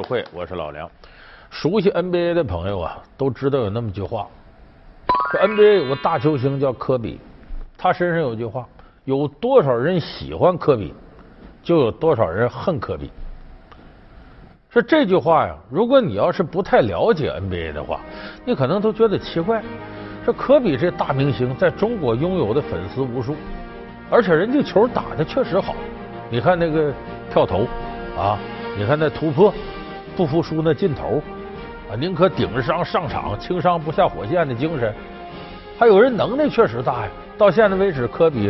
会，我是老梁。熟悉 NBA 的朋友啊，都知道有那么句话，说 NBA 有个大球星叫科比，他身上有句话，有多少人喜欢科比，就有多少人恨科比。说这句话呀，如果你要是不太了解 NBA 的话，你可能都觉得奇怪。这科比这大明星在中国拥有的粉丝无数，而且人家球打得确实好。你看那个跳投啊，你看那突破，不服输那劲头啊，宁可顶着伤上场，轻伤不下火线的精神，还有人能耐确实大呀。到现在为止，科比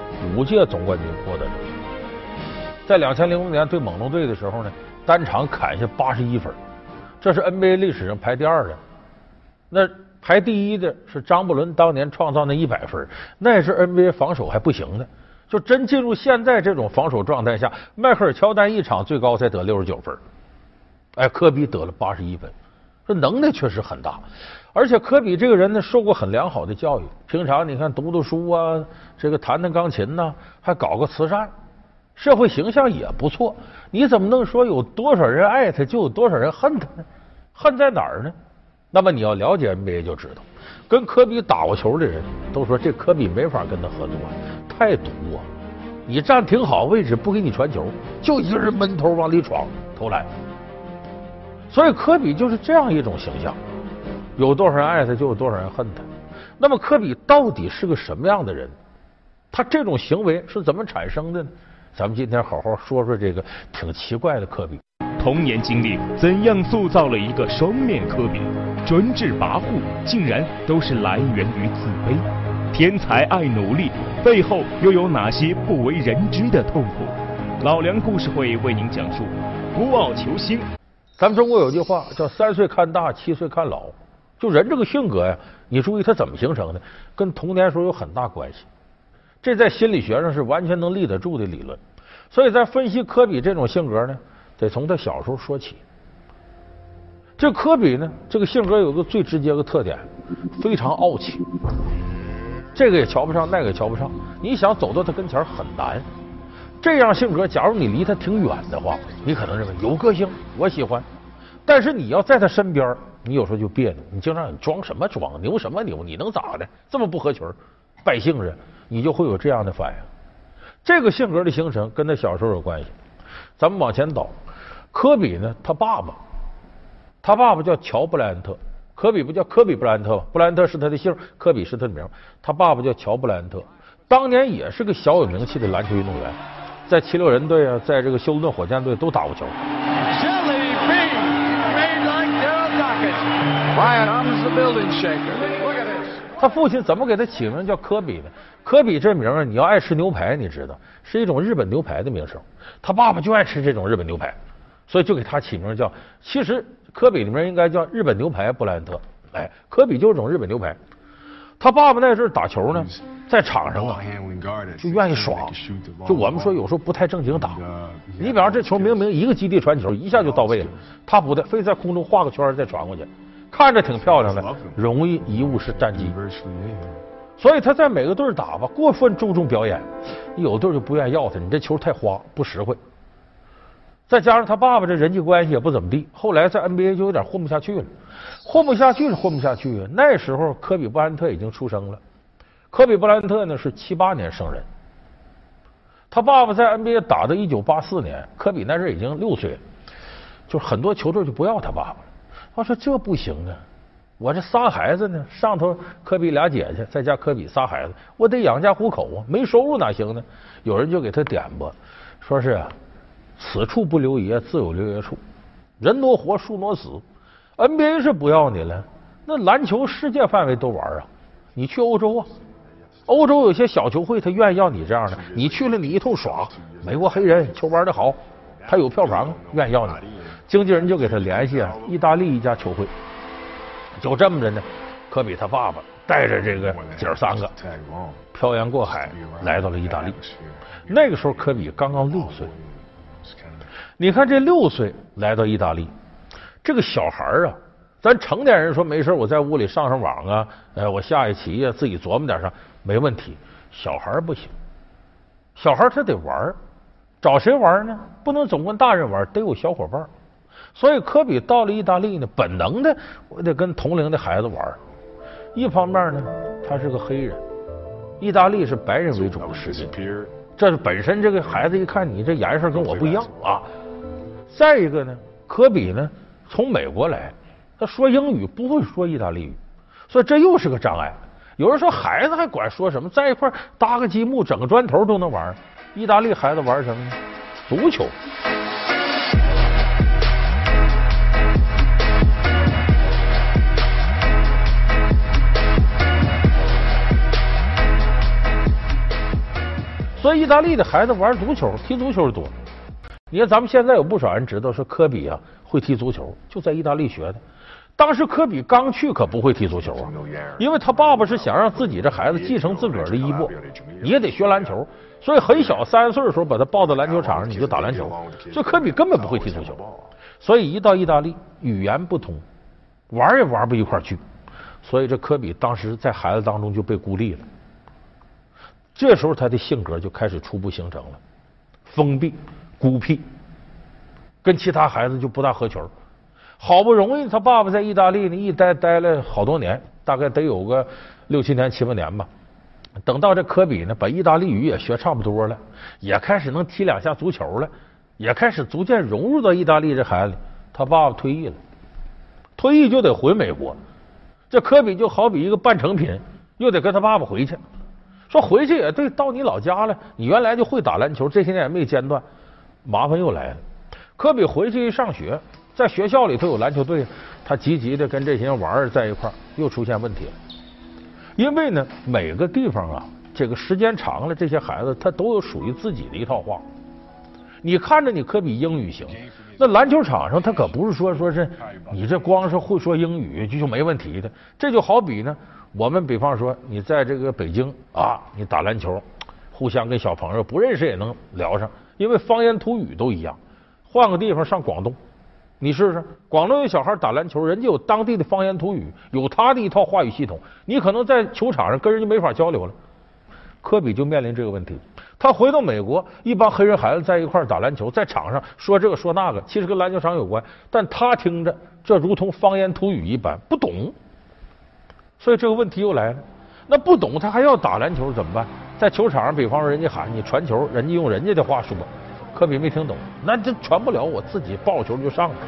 5届总冠军获得者，在2005年对猛龙队的时候呢，单场砍下81分，这是 NBA 历史上排第2的。那排第1的是张伯伦当年创造那100分，那是 NBA 防守还不行的。就真进入现在这种防守状态下，迈克尔乔丹一场最高才得69分，哎，科比得了81分，这能耐确实很大。而且科比这个人呢，受过很良好的教育，平常你看读书啊，这个弹钢琴呐，还搞个慈善，社会形象也不错。你怎么能说有多少人爱他，就有多少人恨他呢？恨在哪儿呢？那么你要了解 NBA 就知道，跟科比打过球的人都说，这科比没法跟他合作，太毒啊！你站挺好位置，不给你传球，就一个人闷头往里闯投篮。所以科比就是这样一种形象，有多少人爱他，就有多少人恨他。那么科比到底是个什么样的人？他这种行为是怎么产生的呢？咱们今天好好说说这个挺奇怪的科比。 童年经历怎样塑造了一个双面科比？专制跋扈竟然都是来源于自卑。天才爱努力，背后又有哪些不为人知的痛苦？老梁故事会为您讲述孤傲球星。 咱们中国有句话叫3岁看大，7岁看老。就人这个性格呀，你注意他怎么形成的，跟童年时候有很大关系。这在心理学上是完全能立得住的理论。所以在分析科比这种性格呢，得从他小时候说起。这科比呢，这个性格有个最直接的特点，非常傲气，这个也瞧不上，那个也瞧不上，你想走到他跟前很难。这样性格，假如你离他挺远的话，你可能认为有个性，我喜欢。但是你要在他身边，你有时候就别扭，你经常你装什么装，牛什么牛，你能咋的？这么不合群，败兴人，你就会有这样的反应。这个性格的形成跟他小时候有关系。咱们往前倒，科比呢，他爸爸叫乔布莱恩特，科比不叫科比布莱恩特吗？布莱恩特是他的姓，科比是他的名。他爸爸叫乔布莱恩特，当年也是个小有名气的篮球运动员，在76人队啊，在这个休斯顿火箭队都打过球。他父亲怎么给他起名叫科比呢？科比这名啊，你要爱吃牛排，你知道是一种日本牛排的名声。他爸爸就爱吃这种日本牛排，所以就给他起名叫。其实科比里面应该叫日本牛排布莱恩特。哎，科比就是种日本牛排。他爸爸那阵打球呢，在场上啊就愿意耍，就我们说有时候不太正经打。你比方这球明明一个基地传球，一下就到位了，他不的，非在空中画个圈再传过去，看着挺漂亮的，容易贻误是战机。所以他在每个队打吧，过分注重表演，有队就不愿意要他，你这球太花不实惠。再加上他爸爸这人际关系也不怎么地，后来在 NBA 就有点混不下去了。混不下去啊！那时候科比布莱恩特已经出生了。科比布莱恩特呢是78年生人，他爸爸在 NBA 打到1984年，科比那时已经6岁了，就是很多球队就不要他爸爸了。他说这不行啊，我这仨孩子呢，上头科比俩姐姐，再加科比仨孩子，我得养家糊口啊，没收入哪行呢？有人就给他点拨，说是啊，此处不留爷，自有留爷处，人挪活，树挪死。NBA 是不要你了，那篮球世界范围都玩啊，你去欧洲啊，欧洲有些小球会他愿意要你这样的，你去了你一通耍，美国黑人球玩得好，他有票房，愿意要你。经纪人就给他联系啊，意大利一家球会。就这么着呢，科比他爸爸带着这个姐儿3个漂洋过海来到了意大利。那个时候科比刚刚6岁，你看这6岁来到意大利，这个小孩啊，咱成年人说没事我在屋里上网啊，我下一棋啊，自己琢磨点上没问题。小孩不行，小孩他得玩，找谁玩呢？不能总跟大人玩，得有小伙伴。 所以科比到了意大利呢，本能的我得跟同龄的孩子玩。一方面呢，他是个黑人，意大利是白人为主的世界，这是本身这个孩子一看你这颜色跟我不一样啊。再一个呢，科比呢从美国来，他说英语不会说意大利语，所以这又是个障碍。有人说孩子还管说什么，在一块搭个积木整个砖头都能玩。意大利孩子玩什么呢？足球。所以意大利的孩子玩足球、踢足球多。你看咱们现在有不少人知道说科比啊会踢足球，就在意大利学的。当时科比刚去可不会踢足球啊，因为他爸爸是想让自己这孩子继承自个儿的衣钵，你也得学篮球，所以很小3岁的时候把他抱到篮球场上你就打篮球，所以科比根本不会踢足球。所以一到意大利语言不通，玩也玩不一块去，所以这科比当时在孩子当中就被孤立了。这时候他的性格就开始初步形成了，封闭、孤僻，跟其他孩子就不大合群。好不容易他爸爸在意大利呢一待了好多年，大概得有个6、7年、7、8年吧。等到这科比呢把意大利语也学差不多了，也开始能踢2下足球了，也开始逐渐融入到意大利这孩子里。他爸爸退役了，退役就得回美国，这科比就好比一个半成品，又得跟他爸爸回去。说回去也对，到你老家了，你原来就会打篮球，这些年也没间断，麻烦又来了。科比回去一上学，在学校里头有篮球队，他积极的跟这些人玩在一块儿，又出现问题了。因为呢，每个地方啊，这个时间长了，这些孩子他都有属于自己的一套话。你看着你科比英语行，那篮球场上他可不是说是你这光是会说英语就没问题的。这就好比呢，我们比方说你在这个北京啊，你打篮球，互相跟小朋友不认识也能聊上，因为方言土语都一样。换个地方上广东，你试试，广东有小孩打篮球，人家有当地的方言土语，有他的一套话语系统，你可能在球场上跟人家没法交流了。科比就面临这个问题，他回到美国，一帮黑人孩子在一块打篮球，在场上说这个说那个，其实跟篮球场有关，但他听着这如同方言土语一般，不懂。所以这个问题又来了，那不懂他还要打篮球怎么办？在球场上，比方说人家喊你传球，人家用人家的话说，科比没听懂，那这传不了，我自己抱球就上了。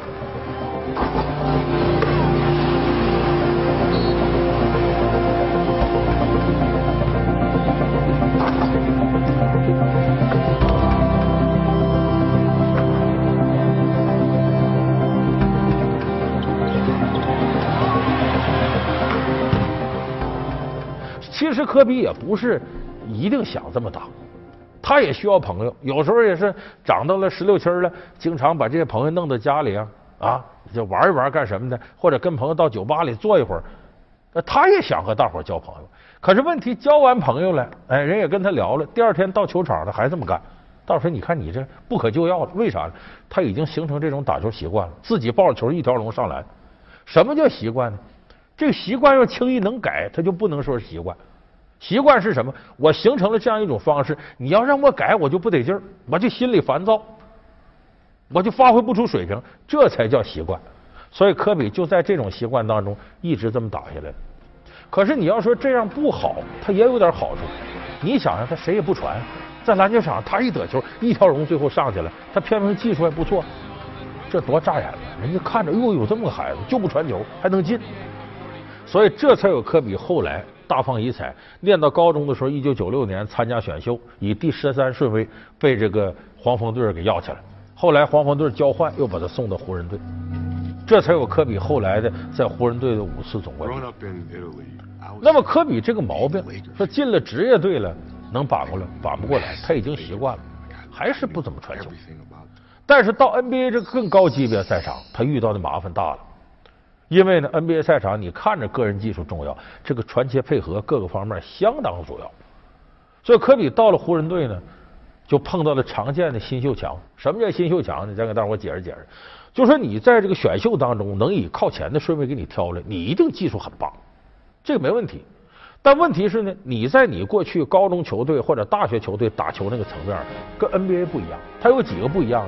其实科比也不是一定想这么打，他也需要朋友，有时候也是长到了16、17了，经常把这些朋友弄到家里就玩一玩干什么的，或者跟朋友到酒吧里坐一会儿，他也想和大伙交朋友。可是问题交完朋友了，人也跟他聊了，第二天到球场他还这么干。到时候你看你这不可救药了，为啥呢？他已经形成这种打球习惯了，自己抱着球一条龙上篮。什么叫习惯呢？这个习惯要轻易能改，他就不能说是习惯。习惯是什么？我形成了这样一种方式，你要让我改，我就不得劲儿，我就心里烦躁，我就发挥不出水平，这才叫习惯。所以科比就在这种习惯当中一直这么打下来。可是你要说这样不好，他也有点好处。你想想，他谁也不传，在篮球场他一得球一条龙，最后上去了，他偏偏技术还不错，这多扎眼了！人家看着，哟，有这么个孩子就不传球还能进。所以这才有科比后来大放异彩。练到高中的时候，1996年参加选秀，以第13顺位被这个黄蜂队给要起来。后来黄蜂队交换，又把他送到湖人队，这才有科比后来的在湖人队的5次总冠军。那么科比这个毛病，说进了职业队了能扳过来，扳不过来，他已经习惯了，还是不怎么传球。但是到 NBA 这个更高级别赛场，他遇到的麻烦大了。因为呢 ，NBA 赛场你看着个人技术重要，这个传切配合各个方面相当主要。所以科比到了湖人队呢，就碰到了常见的新秀墙。什么叫新秀墙呢？再给大伙解释解释。就说你在这个选秀当中能以靠前的顺位给你挑来，你一定技术很棒，这个没问题。但问题是呢，你在你过去高中球队或者大学球队打球那个层面，跟 NBA 不一样。它有几个不一样呢？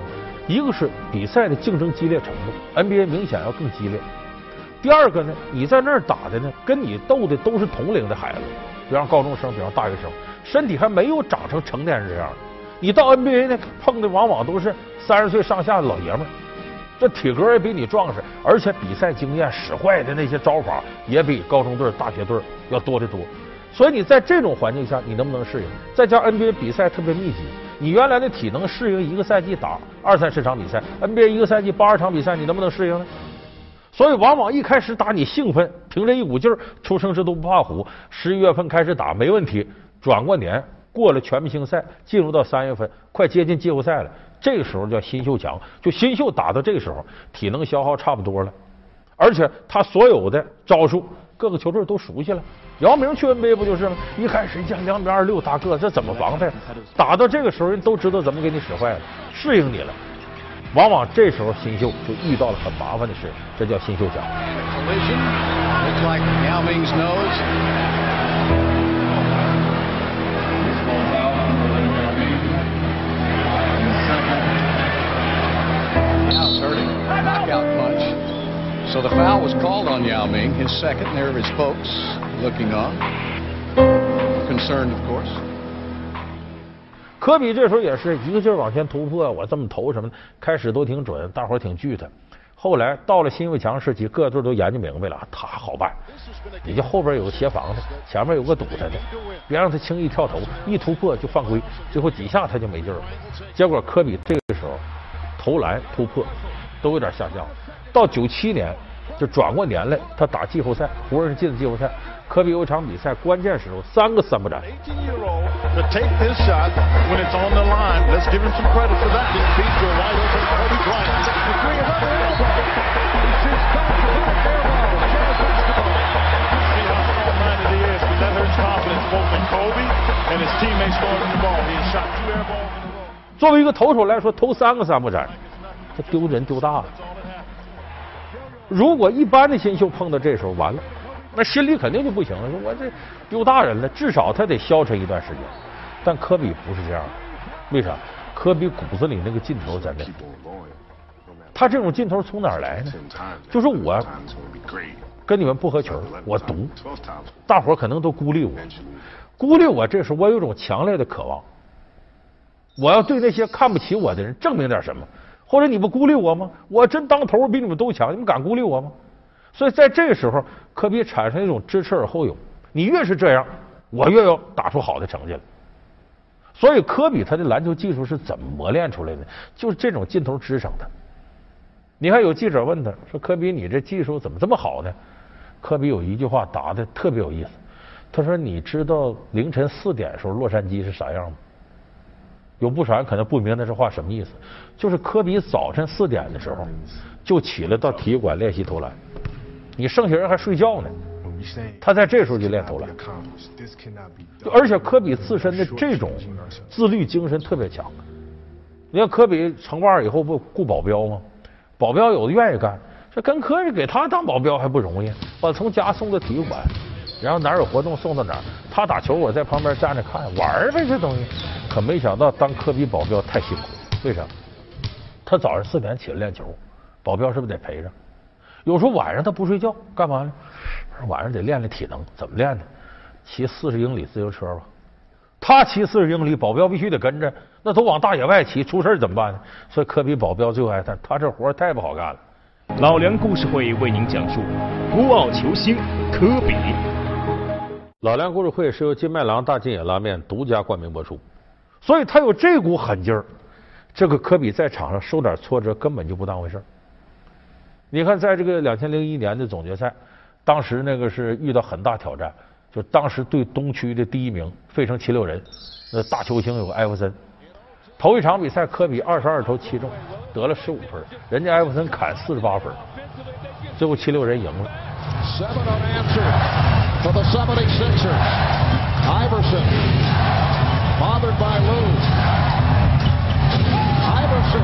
一个是比赛的竞争激烈程度 ，NBA 明显要更激烈。第二个呢，你在那儿打的呢，跟你斗的都是同龄的孩子，比方高中生，比方大学生，身体还没有长成成年人这样。你到 NBA 呢，碰的往往都是30岁上下的老爷们儿，这体格也比你壮实，而且比赛经验使坏的那些招法也比高中队、大学队要多得多。所以你在这种环境下，你能不能适应？再加 NBA 比赛特别密集，你原来的体能适应一个赛季打20-30场比赛 ，NBA 一个赛季82场比赛，你能不能适应呢？所以往往一开始打你兴奋，凭着一股劲儿，初生之犊不怕虎，11月份开始打没问题，转过年过了全明星赛，进入到3月份，快接近季后赛了，这个时候叫新秀强，就新秀打到这个时候，体能消耗差不多了，而且他所有的招数各个球队都熟悉了。姚明去 NBA 不就是吗？一开始像2.26大个，这怎么防他？打到这个时候，人都知道怎么给你使坏了，适应你了。往往这时候新秀就遇到了很麻烦的事，这叫新秀奖。 So the foul was called on Yao Ming, his second. There are his folks looking on, concerned, of course. 科比这时候也是一个劲儿往前突破，我这么投什么，开始都挺准，大伙儿挺惧他。后来到了新秀强时期，各队都研究明白了，他好办，你就后边有个协防的，前面有个堵他的，别让他轻易跳投，一突破就犯规，最后几下他就没劲儿了。结果科比这个时候投篮突破都有点下降。到97年就转过年来，他打季后赛，湖人进了季后赛。科比有一场比赛，关键时候3个3不沾。作为一个投手来说，投3个3不沾，他丢人丢大了。如果一般的新秀碰到这时候完了，那心里肯定就不行了，说我这丢大人了，至少他得消沉一段时间。但科比不是这样的，为啥？科比骨子里那个劲头在那，他这种劲头从哪儿来呢？就是我跟你们不合群，我独，大伙儿可能都孤立我，孤立我。这时候我有一种强烈的渴望，我要对那些看不起我的人证明点什么。或者你不孤立我吗？我真当头比你们都强，你们敢孤立我吗？所以在这个时候，科比产生一种知耻而后勇。你越是这样，我越要打出好的成绩来。所以科比他的篮球技术是怎么磨练出来的？就是这种劲头支撑的。你看有记者问他说：“科比，你这技术怎么这么好呢？”科比有一句话答的特别有意思，他说：“你知道凌晨4点的时候洛杉矶是啥样吗？”有不少人可能不明白这话什么意思，就是科比早晨4点的时候就起来到体育馆练习投篮，你剩下人还睡觉呢，他在这时候就练投篮。而且科比自身的这种自律精神特别强。你看科比成腕以后不雇保镖吗？保镖有的愿意干，这跟科比给他当保镖还不容易，把从家送到体育馆，然后哪儿有活动送到哪儿，他打球我在旁边站着看玩呗，这东西。可没想到当科比保镖太辛苦，为啥？他早上4点起来练球，保镖是不是得陪着？有时候晚上他不睡觉，干嘛呢？晚上得练练体能，怎么练呢？骑40英里自行车吧。他骑40英里，保镖必须得跟着，那都往大野外骑，出事怎么办呢？所以科比保镖最后还他这活太不好干了。 老梁故事会为您讲述孤傲球星科比。 老梁故事会是由金麦郎大金野拉面独家冠名播出。所以他有这股狠劲儿，这个科比在场上受点挫折根本就不当回事儿。你看，在这个2001年的总决赛，当时那个是遇到很大挑战，就当时对东区的第1名费城76人，那大球星有个艾弗森，头一场比赛科比22投7中，得了15分，人家艾弗森砍48分，最后76人赢了。 Bothered by Lou. Iverson.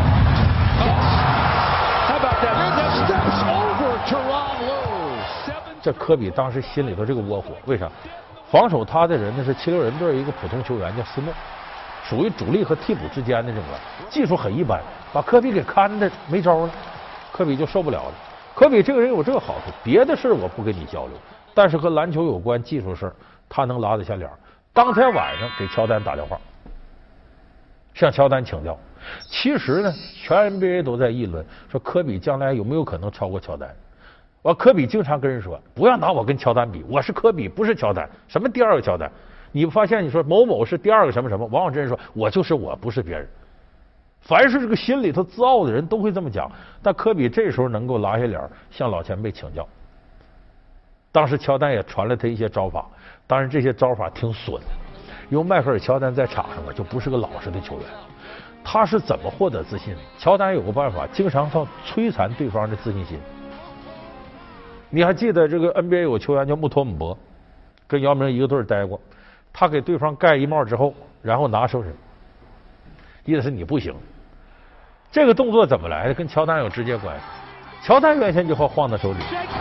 How about that? Steps over Tyronn Lue. 这科比当时心里头这个窝火，为啥？防守他的人呢是76人队一个普通球员叫斯诺， 属于主力和替补之间的这种技术很一般，把科比给看的没招了，科比就受不了了。科比这个人有这个好处，别的事我不跟你交流，但是和篮球有关技术事他能拉得下脸。当天晚上给乔丹打电话，向乔丹请教。其实呢，全 NBA 都在议论说科比将来有没有可能超过乔丹。完，科比经常跟人说，不要拿我跟乔丹比，我是科比，不是乔丹。什么第二个乔丹？你发现你说某某是第二个什么什么，往往这人说我就是我，不是别人。凡是这个心里头自傲的人都会这么讲。但科比这时候能够拉下脸向老前辈请教。当时乔丹也传了他一些招法，当然这些招法挺损的，因为迈克尔乔丹在场上就不是个老实的球员。他是怎么获得自信的？乔丹有个办法，经常靠摧残对方的自信心。你还记得这个 NBA 有球员叫穆托姆博，跟姚明一个队待过。他给对方盖一帽之后，然后拿手指，意思是你不行。这个动作怎么来的？跟乔丹有直接关系。乔丹原先就会晃到手里。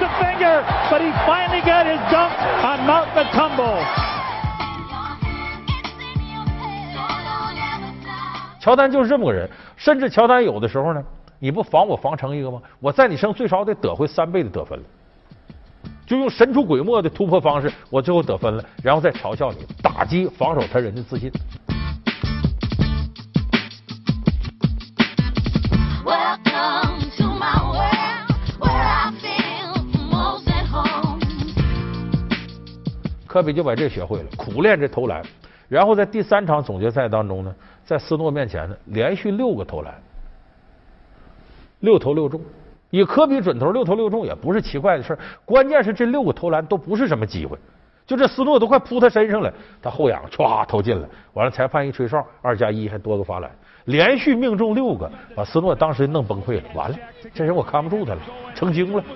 乔丹就是这么个人，甚至乔丹有的时候呢，你不防我防成一个吗？我在你身上最少得得回3倍的得分了，就用神出鬼没的突破方式，我最后得分了，然后再嘲笑你，打击防守他人的自信。科比就把这学会了，苦练这投篮，然后在第3场总决赛当中呢，在斯诺面前呢，连续6个投篮，6投6中。以科比准头6投6中也不是奇怪的事，关键是这6个投篮都不是什么机会，就这斯诺都快扑他身上了，他后仰歘投进了，完了裁判一吹哨，2+1还多个罚篮，连续命中6个，把斯诺当时弄崩溃了，完了，这人我看不住他了，成精了。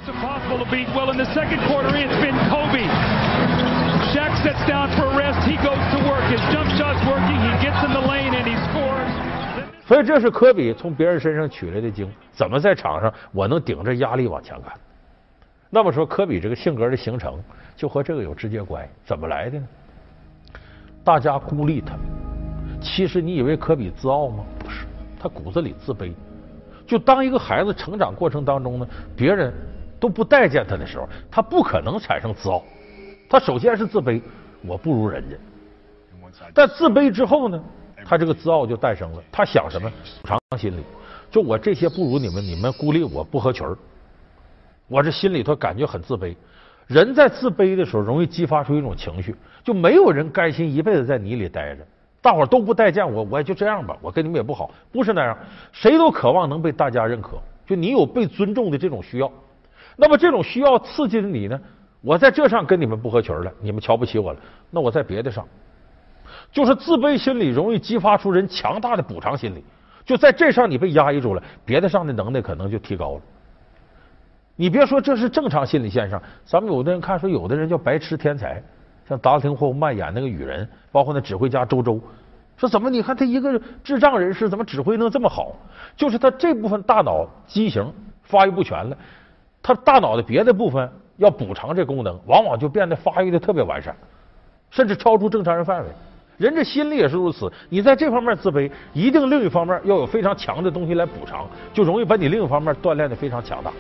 Shaq sets down for a rest. He goes to work. His jump shot's working. He gets in the lane and he scores. 所以这是科比从别人身上取来的经，怎么在场上我能顶着压力往前干？那么说科比这个性格的形成就和这个有直接关系。怎么来的呢？大家孤立他，其实你以为科比自傲吗？不是，他骨子里自卑。就当一个孩子成长过程当中呢，别人都不待见他的时候，他不可能产生自傲。他首先是自卑，我不如人家。但自卑之后呢，他这个自傲就诞生了。他想什么？补偿心理，就我这些不如你们，你们孤立我不合群儿，我这心里头感觉很自卑。人在自卑的时候，容易激发出一种情绪，就没有人甘心一辈子在泥里待着。大伙儿都不待见我，我也就这样吧，我跟你们也不好，不是那样。谁都渴望能被大家认可，就你有被尊重的这种需要。那么这种需要刺激了你呢？我在这上跟你们不合群了，你们瞧不起我了，那我在别的上，就是自卑心理容易激发出人强大的补偿心理，就在这上你被压抑住了，别的上的能耐可能就提高了。你别说这是正常心理现象，咱们有的人看说有的人叫白痴天才，像达汀霍夫曼演那个雨人，包括那指挥家周周，说怎么你看他一个智障人士怎么指挥能这么好？就是他这部分大脑畸形发育不全了，他大脑的别的部分要补偿这功能，往往就变得发育的特别完善，甚至超出正常人范围。人这心理也是如此，你在这方面自卑，一定另一方面要有非常强的东西来补偿，就容易把你另一方面锻炼的非常强大。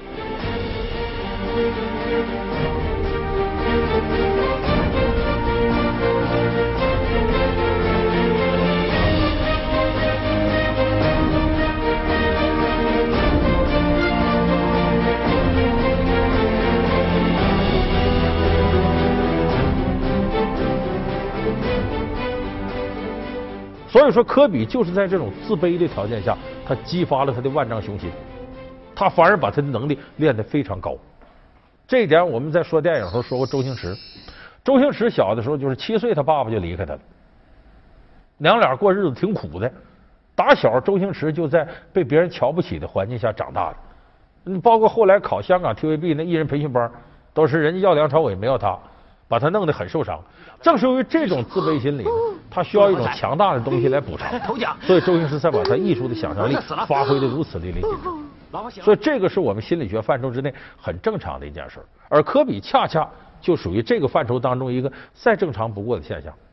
所以说科比就是在这种自卑的条件下，他激发了他的万丈雄心，他反而把他的能力练得非常高。这一点我们在说电影的时候说过周星驰。周星驰小的时候就是7岁他爸爸就离开他了，娘俩过日子挺苦的。打小周星驰就在被别人瞧不起的环境下长大的，包括后来考香港 TVB 那艺人培训班，都是人家要梁朝伟没要他，把他弄得很受伤。正是由于这种自卑心理，他需要一种强大的东西来补偿，所以周星驰才把他艺术的想象力发挥得如此淋漓尽致。所以这个是我们心理学范畴之内很正常的一件事，而科比恰恰就属于这个范畴当中一个再正常不过的现象。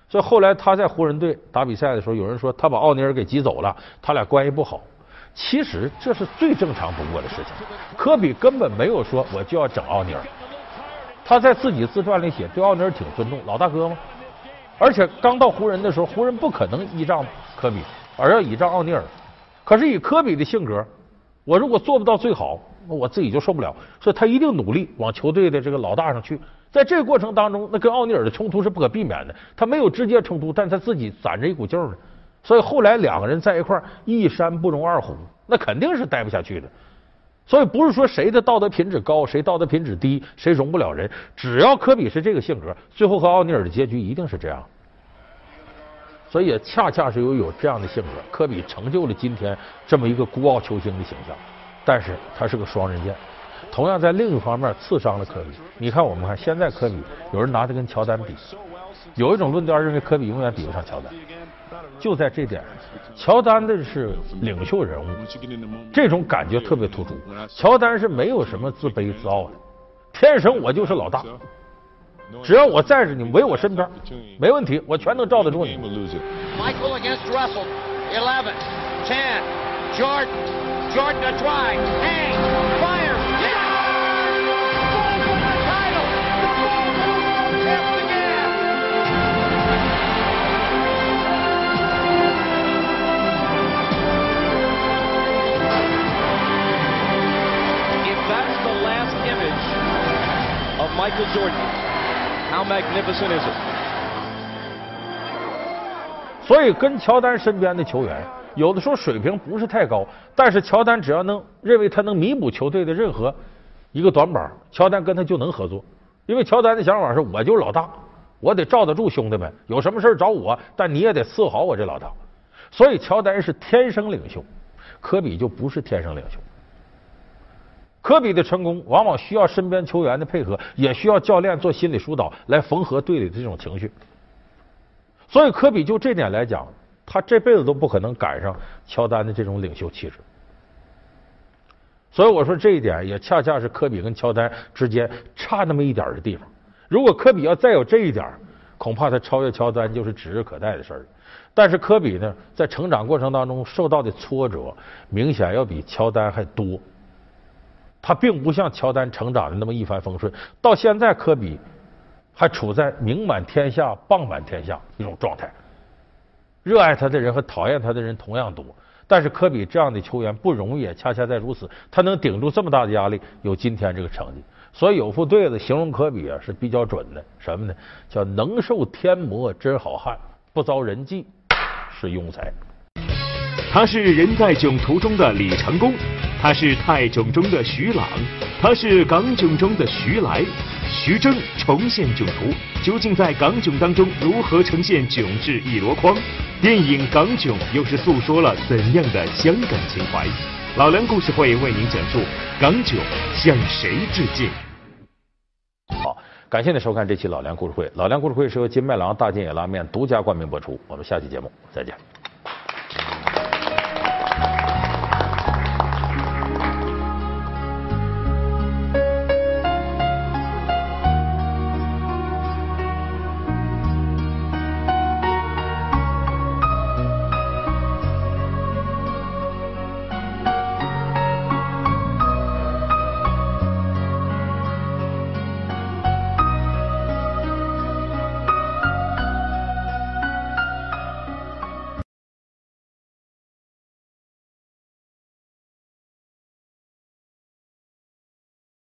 所以后来他在湖人队打比赛的时候，有人说他把奥尼尔给挤走了，他俩关系不好。其实这是最正常不过的事情。科比根本没有说我就要整奥尼尔，他在自己自传里写对奥尼尔挺尊重，老大哥嘛。而且刚到湖人的时候，湖人不可能依仗科比，而要倚仗奥尼尔。可是以科比的性格，我如果做不到最好，那我自己就受不了，所以他一定努力往球队的这个老大上去。在这个过程当中，那跟奥尼尔的冲突是不可避免的，他没有直接冲突，但他自己攒着一股劲儿呢。所以后来两个人在一块儿，一山不容二虎，那肯定是待不下去的。所以不是说谁的道德品质高，谁道德品质低，谁容不了人。只要科比是这个性格，最后和奥尼尔的结局一定是这样。所以也恰恰是有这样的性格，科比成就了今天这么一个孤傲球星的形象。但是他是个双刃剑，同样在另一方面刺伤了科比。你看，我们看现在科比，有人拿他跟乔丹比，有一种论调认为科比永远比不上乔丹。就在这点，乔丹的是领袖人物，这种感觉特别突出。乔丹是没有什么自卑自傲的，天生我就是老大，只要我在着你，围我身边，没问题，我全能罩得住你。 Michael against Russell. 11, 10, Jordan to try. Hey, fire. Yeah! Goal for the title. Tipped again. If that's the last image of Michael Jordan, how magnificent is it? 所以跟乔丹身边的球员，有的时候水平不是太高，但是乔丹只要能认为他能弥补球队的任何一个短板，乔丹跟他就能合作。因为乔丹的想法是，我就是老大，我得罩得住兄弟们，有什么事找我，但你也得伺候好我这老大。所以乔丹是天生领袖，科比就不是天生领袖。科比的成功往往需要身边球员的配合，也需要教练做心理疏导来缝合队里的这种情绪。所以科比就这点来讲，他这辈子都不可能赶上乔丹的这种领袖气质。所以我说这一点也恰恰是科比跟乔丹之间差那么一点的地方。如果科比要再有这一点，恐怕他超越乔丹就是指日可待的事儿。但是科比呢，在成长过程当中受到的挫折明显要比乔丹还多。他并不像乔丹成长的那么一帆风顺，到现在科比还处在名满天下、棒满天下一种状态。热爱他的人和讨厌他的人同样多，但是科比这样的球员不容易，也恰恰在如此，他能顶住这么大的压力，有今天这个成绩。所以有副对子形容科比是比较准的，什么呢？叫能受天磨真好汉，不遭人忌是庸才。 他是人在囧途中的李成功，他是泰囧中的徐朗，他是港囧中的徐来。徐峥重现囧途，究竟在港囧当中如何呈现囧至一箩筐？电影《港囧》又是诉说了怎样的香港情怀？老梁故事会为您讲述港囧向谁致敬。 好，感谢您收看这期老梁故事会。老梁故事会是由金麦郎大金野拉面独家冠名播出。我们下期节目再见。